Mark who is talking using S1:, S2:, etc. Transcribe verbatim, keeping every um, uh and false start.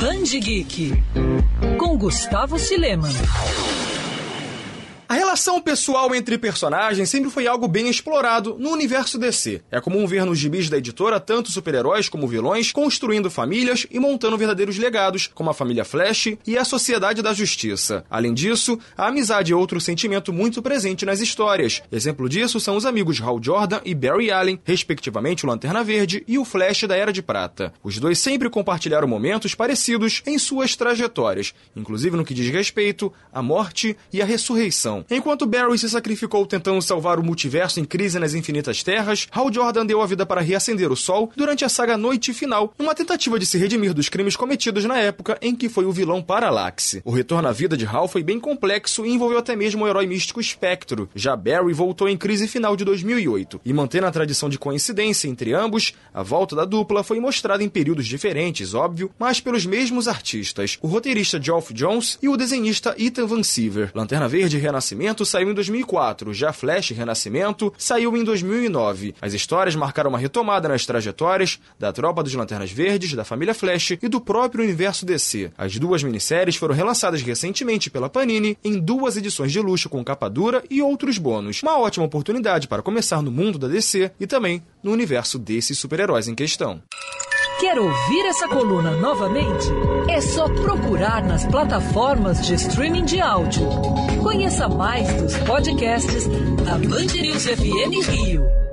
S1: Band Geek, com Gustavo Sileman.
S2: A relação pessoal entre personagens sempre foi algo bem explorado no universo D C. É comum ver nos gibis da editora tanto super-heróis como vilões construindo famílias e montando verdadeiros legados, como a família Flash e a Sociedade da Justiça. Além disso, a amizade é outro sentimento muito presente nas histórias. Exemplo disso são os amigos Hal Jordan e Barry Allen, respectivamente o Lanterna Verde e o Flash da Era de Prata. Os dois sempre compartilharam momentos parecidos em suas trajetórias, inclusive no que diz respeito à morte e à ressurreição. Enquanto Barry se sacrificou tentando salvar o multiverso em Crise nas Infinitas Terras, Hal Jordan deu a vida para reacender o Sol durante a saga Noite Final, numa tentativa de se redimir dos crimes cometidos na época em que foi o vilão Parallax. O retorno à vida de Hal foi bem complexo e envolveu até mesmo o herói místico Espectro. Já Barry voltou em Crise Final de dois mil e oito, e mantendo a tradição de coincidência entre ambos, a volta da dupla foi mostrada em períodos diferentes, óbvio, mas pelos mesmos artistas, o roteirista Geoff Johns e o desenhista Ethan Van Sciver. Lanterna Verde Renascimento saiu em dois mil e quatro, já Flash Renascimento saiu em dois mil e nove. As histórias marcaram uma retomada nas trajetórias da Tropa dos Lanternas Verdes, da família Flash e do próprio universo D C. As duas minisséries foram relançadas recentemente pela Panini em duas edições de luxo com capa dura e outros bônus. Uma ótima oportunidade para começar no mundo da D C e também no universo desses super-heróis em questão.
S1: Quer ouvir essa coluna novamente? É só procurar nas plataformas de streaming de áudio. Conheça mais dos podcasts da Band News F M Rio.